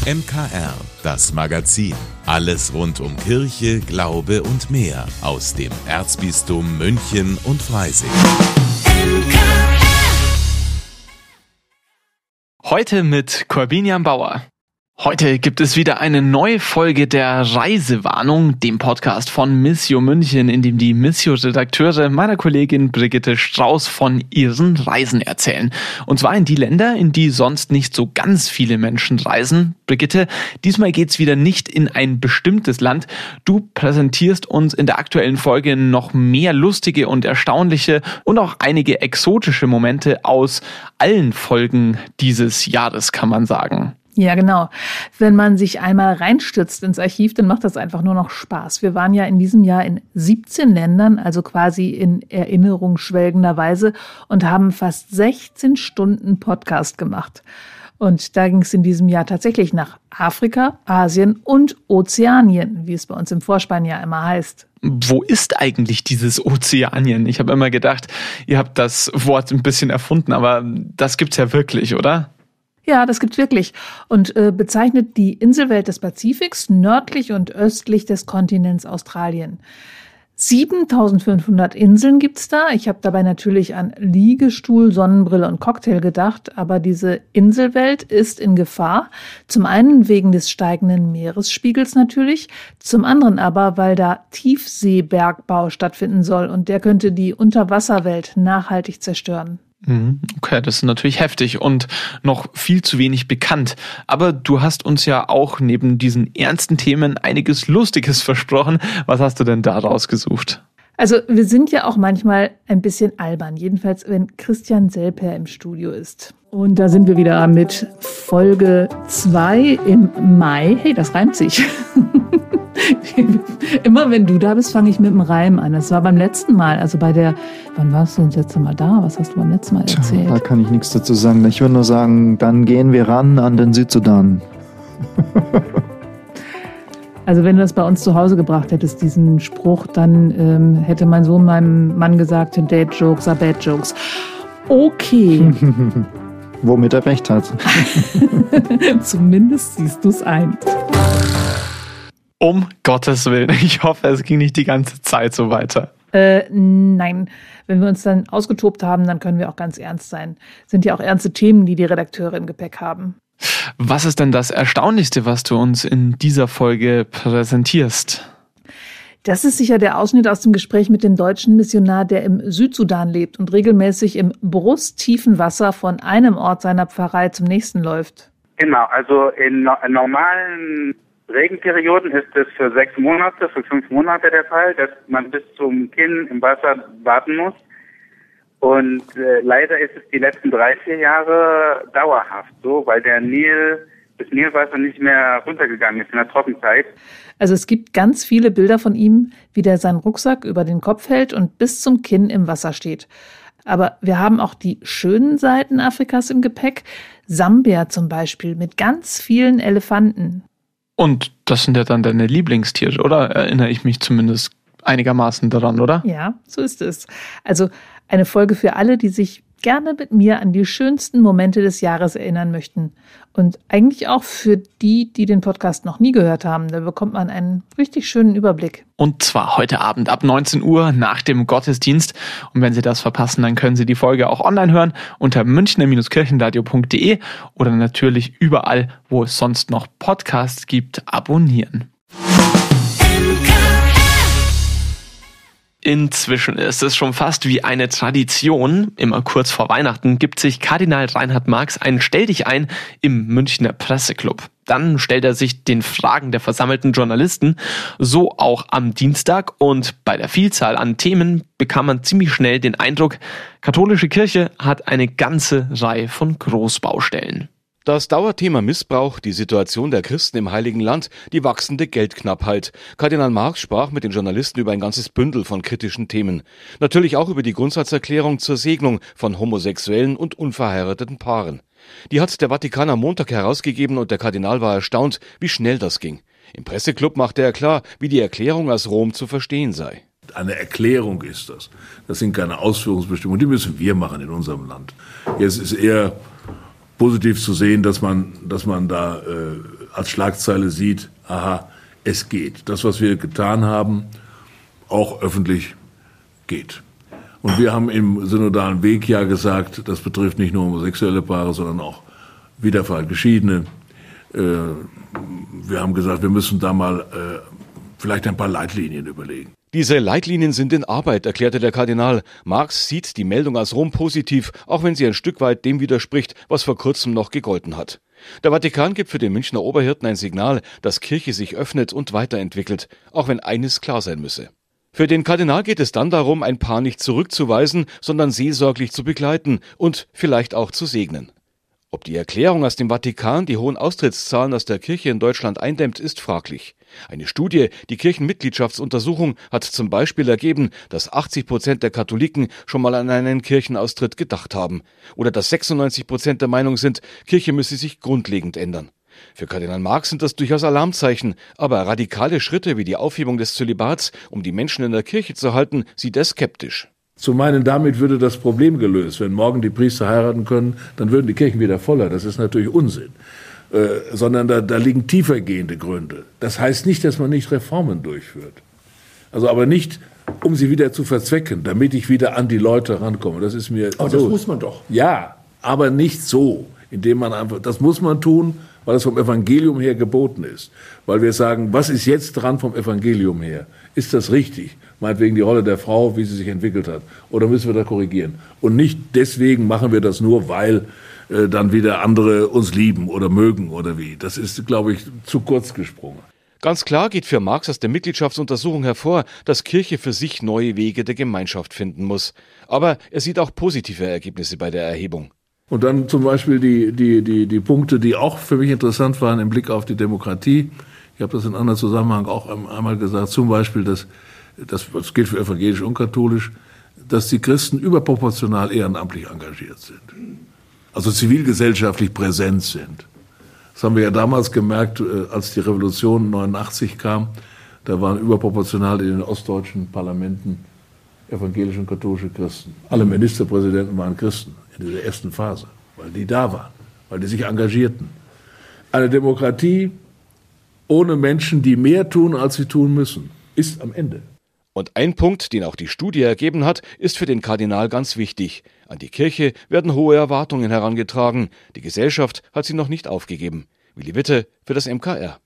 MKR, das Magazin. Alles rund um Kirche, Glaube und mehr aus dem Erzbistum München und Freising. Heute mit Corbinian Bauer. Heute gibt es wieder eine neue Folge der Reisewarnung, dem Podcast von Missio München, in dem die Missio-Redakteure meiner Kollegin Brigitte Strauß von ihren Reisen erzählen. Und zwar in die Länder, in die sonst nicht so ganz viele Menschen reisen. Brigitte, diesmal geht's wieder nicht in ein bestimmtes Land. Du präsentierst uns in der aktuellen Folge noch mehr lustige und erstaunliche und auch einige exotische Momente aus allen Folgen dieses Jahres, kann man sagen. Ja, genau. Wenn man sich einmal reinstürzt ins Archiv, dann macht das einfach nur noch Spaß. Wir waren ja in diesem Jahr in 17 Ländern, also quasi in Erinnerung schwelgender Weise, und haben fast 16 Stunden Podcast gemacht. Und da ging es in diesem Jahr tatsächlich nach Afrika, Asien und Ozeanien, wie es bei uns im Vorspann ja immer heißt. Wo ist eigentlich dieses Ozeanien? Ich habe immer gedacht, ihr habt das Wort ein bisschen erfunden, aber das gibt's ja wirklich, oder? Ja, das gibt's wirklich und bezeichnet die Inselwelt des Pazifiks nördlich und östlich des Kontinents Australien. 7.500 Inseln gibt's da. Ich habe dabei natürlich an Liegestuhl, Sonnenbrille und Cocktail gedacht, aber diese Inselwelt ist in Gefahr. Zum einen wegen des steigenden Meeresspiegels natürlich, zum anderen aber, weil da Tiefseebergbau stattfinden soll und der könnte die Unterwasserwelt nachhaltig zerstören. Okay, das ist natürlich heftig und noch viel zu wenig bekannt. Aber du hast uns ja auch neben diesen ernsten Themen einiges Lustiges versprochen. Was hast du denn da rausgesucht? Also wir sind ja auch manchmal ein bisschen albern, jedenfalls wenn Christian Selper im Studio ist. Und da sind wir wieder mit Folge 2 im Mai. Hey, das reimt sich. Immer wenn du da bist, fange ich mit dem Reim an. Das war beim letzten Mal, also wann warst du das letzte Mal da? Was hast du beim letzten Mal erzählt? Da kann ich nichts dazu sagen. Ich würde nur sagen, dann gehen wir ran an den Südsudan. Also wenn du das bei uns zu Hause gebracht hättest, diesen Spruch, dann hätte mein Sohn meinem Mann gesagt, Dad-Jokes are bad jokes. Okay. Womit er recht hat. Zumindest siehst du es ein. Um Gottes Willen, ich hoffe, es ging nicht die ganze Zeit so weiter. Nein, wenn wir uns dann ausgetobt haben, dann können wir auch ganz ernst sein. Sind ja auch ernste Themen, die Redakteure im Gepäck haben. Was ist denn das Erstaunlichste, was du uns in dieser Folge präsentierst? Das ist sicher der Ausschnitt aus dem Gespräch mit dem deutschen Missionar, der im Südsudan lebt und regelmäßig im brusttiefen Wasser von einem Ort seiner Pfarrei zum nächsten läuft. Genau, also in normalen Regenperioden ist es für 6 Monate, für 5 Monate der Fall, dass man bis zum Kinn im Wasser warten muss. Und leider ist es die letzten 3-4 Jahre dauerhaft so, weil das Nilwasser nicht mehr runtergegangen ist in der Trockenzeit. Also es gibt ganz viele Bilder von ihm, wie der seinen Rucksack über den Kopf hält und bis zum Kinn im Wasser steht. Aber wir haben auch die schönen Seiten Afrikas im Gepäck. Sambia zum Beispiel mit ganz vielen Elefanten. Und das sind ja dann deine Lieblingstiere, oder? Erinnere ich mich zumindest einigermaßen daran, oder? Ja, so ist es. Also eine Folge für alle, die sich gerne mit mir an die schönsten Momente des Jahres erinnern möchten. Und eigentlich auch für die, die den Podcast noch nie gehört haben. Da bekommt man einen richtig schönen Überblick. Und zwar heute Abend ab 19 Uhr nach dem Gottesdienst. Und wenn Sie das verpassen, dann können Sie die Folge auch online hören unter münchner-kirchenradio.de oder natürlich überall, wo es sonst noch Podcasts gibt, abonnieren. Inzwischen ist es schon fast wie eine Tradition. Immer kurz vor Weihnachten gibt sich Kardinal Reinhard Marx ein Stell-dich-ein im Münchner Presseclub. Dann stellt er sich den Fragen der versammelten Journalisten, so auch am Dienstag. Und bei der Vielzahl an Themen bekam man ziemlich schnell den Eindruck, katholische Kirche hat eine ganze Reihe von Großbaustellen. Das Dauerthema Missbrauch, die Situation der Christen im Heiligen Land, die wachsende Geldknappheit. Kardinal Marx sprach mit den Journalisten über ein ganzes Bündel von kritischen Themen. Natürlich auch über die Grundsatzerklärung zur Segnung von homosexuellen und unverheirateten Paaren. Die hat der Vatikan am Montag herausgegeben und der Kardinal war erstaunt, wie schnell das ging. Im Presseclub machte er klar, wie die Erklärung aus Rom zu verstehen sei. Eine Erklärung ist das. Das sind keine Ausführungsbestimmungen, die müssen wir machen in unserem Land. Jetzt ist eher positiv zu sehen, dass man da als Schlagzeile sieht, aha, es geht. Das, was wir getan haben, auch öffentlich geht. Und wir haben im synodalen Weg ja gesagt, das betrifft nicht nur homosexuelle Paare, sondern auch wiederverheiratete Geschiedene. Wir haben gesagt, wir müssen da mal vielleicht ein paar Leitlinien überlegen. Diese Leitlinien sind in Arbeit, erklärte der Kardinal. Marx sieht die Meldung als Rom positiv, auch wenn sie ein Stück weit dem widerspricht, was vor kurzem noch gegolten hat. Der Vatikan gibt für den Münchner Oberhirten ein Signal, dass Kirche sich öffnet und weiterentwickelt, auch wenn eines klar sein müsse. Für den Kardinal geht es dann darum, ein Paar nicht zurückzuweisen, sondern seelsorglich zu begleiten und vielleicht auch zu segnen. Ob die Erklärung aus dem Vatikan die hohen Austrittszahlen aus der Kirche in Deutschland eindämmt, ist fraglich. Eine Studie, die Kirchenmitgliedschaftsuntersuchung, hat zum Beispiel ergeben, dass 80% der Katholiken schon mal an einen Kirchenaustritt gedacht haben. Oder dass 96% der Meinung sind, Kirche müsse sich grundlegend ändern. Für Kardinal Marx sind das durchaus Alarmzeichen, aber radikale Schritte wie die Aufhebung des Zölibats, um die Menschen in der Kirche zu halten, sieht er skeptisch. Zu meinen, damit würde das Problem gelöst. Wenn morgen die Priester heiraten können, dann würden die Kirchen wieder voller. Das ist natürlich Unsinn. Sondern da liegen tiefergehende Gründe. Das heißt nicht, dass man nicht Reformen durchführt. Also aber nicht, um sie wieder zu verzwecken, damit ich wieder an die Leute rankomme. Das ist mir aber so. Das muss man doch. Ja, aber nicht so, indem man einfach, das muss man tun, weil es vom Evangelium her geboten ist. Weil wir sagen, was ist jetzt dran vom Evangelium her? Ist das richtig? Meinetwegen die Rolle der Frau, wie sie sich entwickelt hat. Oder müssen wir da korrigieren? Und nicht deswegen machen wir das nur, weil dann wieder andere uns lieben oder mögen oder wie. Das ist, glaube ich, zu kurz gesprungen. Ganz klar geht für Marx aus der Mitgliedschaftsuntersuchung hervor, dass Kirche für sich neue Wege der Gemeinschaft finden muss. Aber er sieht auch positive Ergebnisse bei der Erhebung. Und dann zum Beispiel die Punkte, die auch für mich interessant waren im Blick auf die Demokratie. Ich habe das in anderem Zusammenhang auch einmal gesagt, zum Beispiel, das gilt für evangelisch und katholisch, dass die Christen überproportional ehrenamtlich engagiert sind. Also zivilgesellschaftlich präsent sind. Das haben wir ja damals gemerkt, als die Revolution 89 kam. Da waren überproportional in den ostdeutschen Parlamenten evangelische und katholische Christen. Alle Ministerpräsidenten waren Christen in dieser ersten Phase, weil die da waren, weil die sich engagierten. Eine Demokratie ohne Menschen, die mehr tun, als sie tun müssen, ist am Ende. Und ein Punkt, den auch die Studie ergeben hat, ist für den Kardinal ganz wichtig. An die Kirche werden hohe Erwartungen herangetragen. Die Gesellschaft hat sie noch nicht aufgegeben. Willi Witte für das MKR.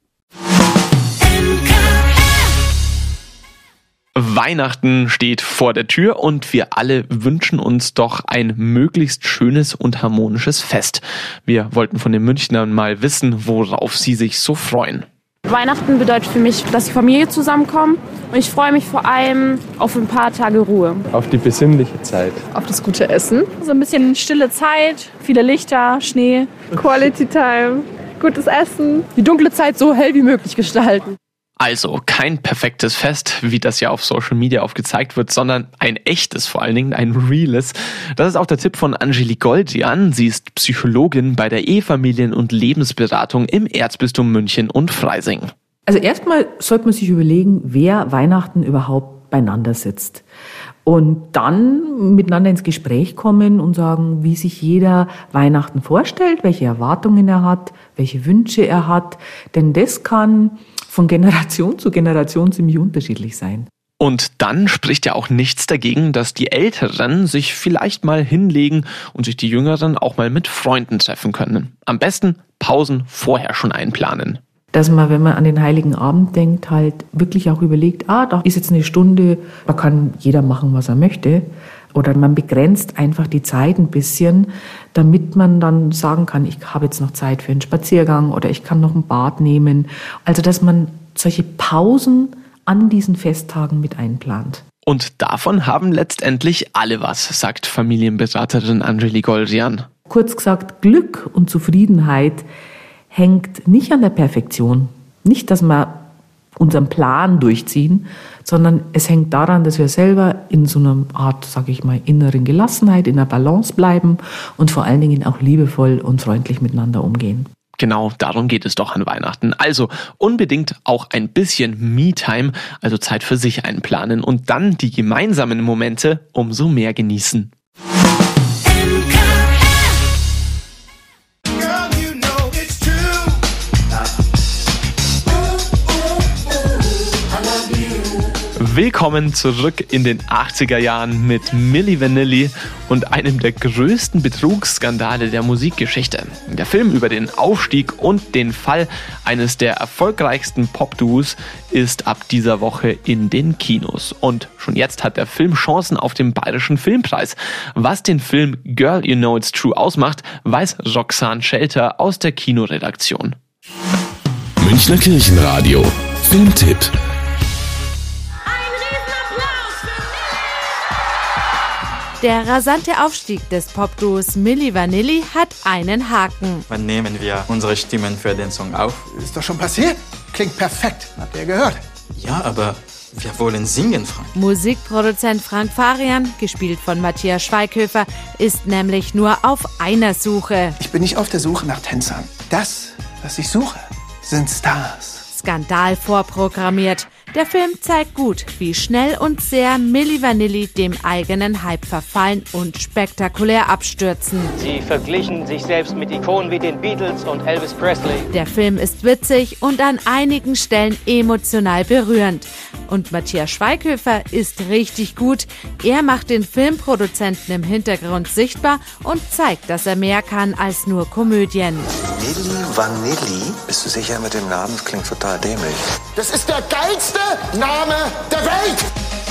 Weihnachten steht vor der Tür und wir alle wünschen uns doch ein möglichst schönes und harmonisches Fest. Wir wollten von den Münchnern mal wissen, worauf sie sich so freuen. Weihnachten bedeutet für mich, dass die Familie zusammenkommt und ich freue mich vor allem auf ein paar Tage Ruhe. Auf die besinnliche Zeit. Auf das gute Essen. So ein bisschen stille Zeit, viele Lichter, Schnee. Quality Time, gutes Essen. Die dunkle Zeit so hell wie möglich gestalten. Also kein perfektes Fest, wie das ja auf Social Media oft gezeigt wird, sondern ein echtes, vor allen Dingen ein reales. Das ist auch der Tipp von Angelique Goldian. Sie ist Psychologin bei der Ehefamilien- und Lebensberatung im Erzbistum München und Freising. Also erstmal sollte man sich überlegen, wer Weihnachten überhaupt beieinander sitzt. Und dann miteinander ins Gespräch kommen und sagen, wie sich jeder Weihnachten vorstellt, welche Erwartungen er hat, welche Wünsche er hat. Denn das kann von Generation zu Generation ziemlich unterschiedlich sein. Und dann spricht ja auch nichts dagegen, dass die Älteren sich vielleicht mal hinlegen und sich die Jüngeren auch mal mit Freunden treffen können. Am besten Pausen vorher schon einplanen. Dass man, wenn man an den Heiligen Abend denkt, halt wirklich auch überlegt, da ist jetzt eine Stunde, da kann jeder machen, was er möchte. Oder man begrenzt einfach die Zeit ein bisschen, damit man dann sagen kann, ich habe jetzt noch Zeit für einen Spaziergang oder ich kann noch ein Bad nehmen. Also dass man solche Pausen an diesen Festtagen mit einplant. Und davon haben letztendlich alle was, sagt Familienberaterin Angelique Goldian. Kurz gesagt, Glück und Zufriedenheit hängt nicht an der Perfektion. Nicht, dass wir unseren Plan durchziehen, sondern es hängt daran, dass wir selber in so einer Art, sage ich mal, inneren Gelassenheit, in der Balance bleiben und vor allen Dingen auch liebevoll und freundlich miteinander umgehen. Genau, darum geht es doch an Weihnachten. Also unbedingt auch ein bisschen Me-Time, also Zeit für sich einplanen und dann die gemeinsamen Momente umso mehr genießen. Willkommen zurück in den 80er Jahren mit Milli Vanilli und einem der größten Betrugsskandale der Musikgeschichte. Der Film über den Aufstieg und den Fall eines der erfolgreichsten Popduos ist ab dieser Woche in den Kinos. Und schon jetzt hat der Film Chancen auf den Bayerischen Filmpreis. Was den Film Girl, You Know It's True ausmacht, weiß Roxanne Schelter aus der Kinoredaktion. Münchner Kirchenradio. Filmtipp. Der rasante Aufstieg des Popduos Milli Vanilli hat einen Haken. Wann nehmen wir unsere Stimmen für den Song auf? Ist doch schon passiert. Klingt perfekt. Habt ihr gehört? Ja, aber wir wollen singen, Frank. Musikproduzent Frank Farian, gespielt von Matthias Schweighöfer, ist nämlich nur auf einer Suche. Ich bin nicht auf der Suche nach Tänzern. Das, was ich suche, sind Stars. Skandal vorprogrammiert. Der Film zeigt gut, wie schnell und sehr Milli Vanilli dem eigenen Hype verfallen und spektakulär abstürzen. Sie verglichen sich selbst mit Ikonen wie den Beatles und Elvis Presley. Der Film ist witzig und an einigen Stellen emotional berührend. Und Matthias Schweighöfer ist richtig gut. Er macht den Filmproduzenten im Hintergrund sichtbar und zeigt, dass er mehr kann als nur Komödien. Milli Vanilli? Bist du sicher mit dem Namen? Das klingt total dämlich. Das ist der geilste Name der Welt!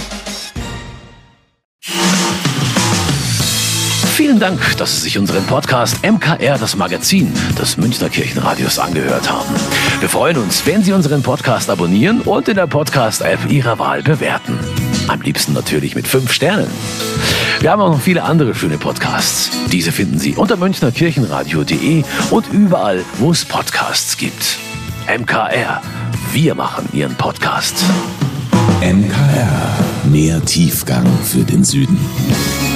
Vielen Dank, dass Sie sich unseren Podcast MKR, das Magazin des Münchner Kirchenradios, angehört haben. Wir freuen uns, wenn Sie unseren Podcast abonnieren und in der Podcast-App Ihrer Wahl bewerten. Am liebsten natürlich mit 5 Sternen. Wir haben auch noch viele andere schöne Podcasts. Diese finden Sie unter münchnerkirchenradio.de und überall, wo es Podcasts gibt. MKR, wir machen Ihren Podcast. MKR, mehr Tiefgang für den Süden.